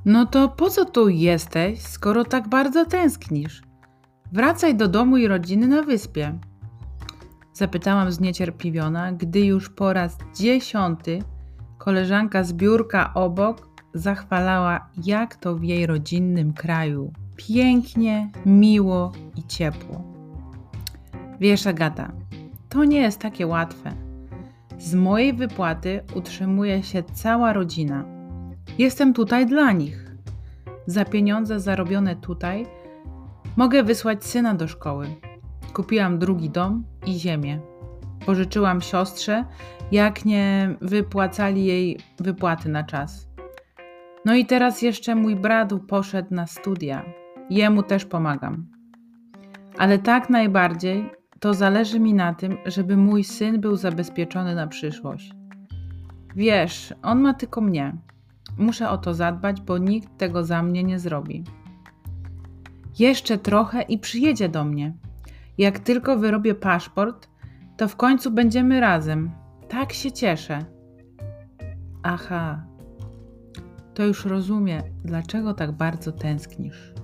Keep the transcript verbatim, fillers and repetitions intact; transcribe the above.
No to po co tu jesteś, skoro tak bardzo tęsknisz? Wracaj do domu i rodziny na wyspie. Zapytałam zniecierpliwiona, gdy już po raz dziesiąty koleżanka z biurka obok zachwalała, jak to w jej rodzinnym kraju pięknie, miło i ciepło. Wiesz, Agata, to nie jest takie łatwe. Z mojej wypłaty utrzymuje się cała rodzina. Jestem tutaj dla nich. Za pieniądze zarobione tutaj mogę wysłać syna do szkoły. Kupiłam drugi dom i ziemię. Pożyczyłam siostrze, jak nie wypłacali jej wypłaty na czas. No i teraz jeszcze mój brat poszedł na studia. Jemu też pomagam. Ale tak najbardziej to zależy mi na tym, żeby mój syn był zabezpieczony na przyszłość. Wiesz, on ma tylko mnie. Muszę o to zadbać, bo nikt tego za mnie nie zrobi. Jeszcze trochę i przyjedzie do mnie. Jak tylko wyrobię paszport, to w końcu będziemy razem. Tak się cieszę. Aha, to już rozumiem, dlaczego tak bardzo tęsknisz.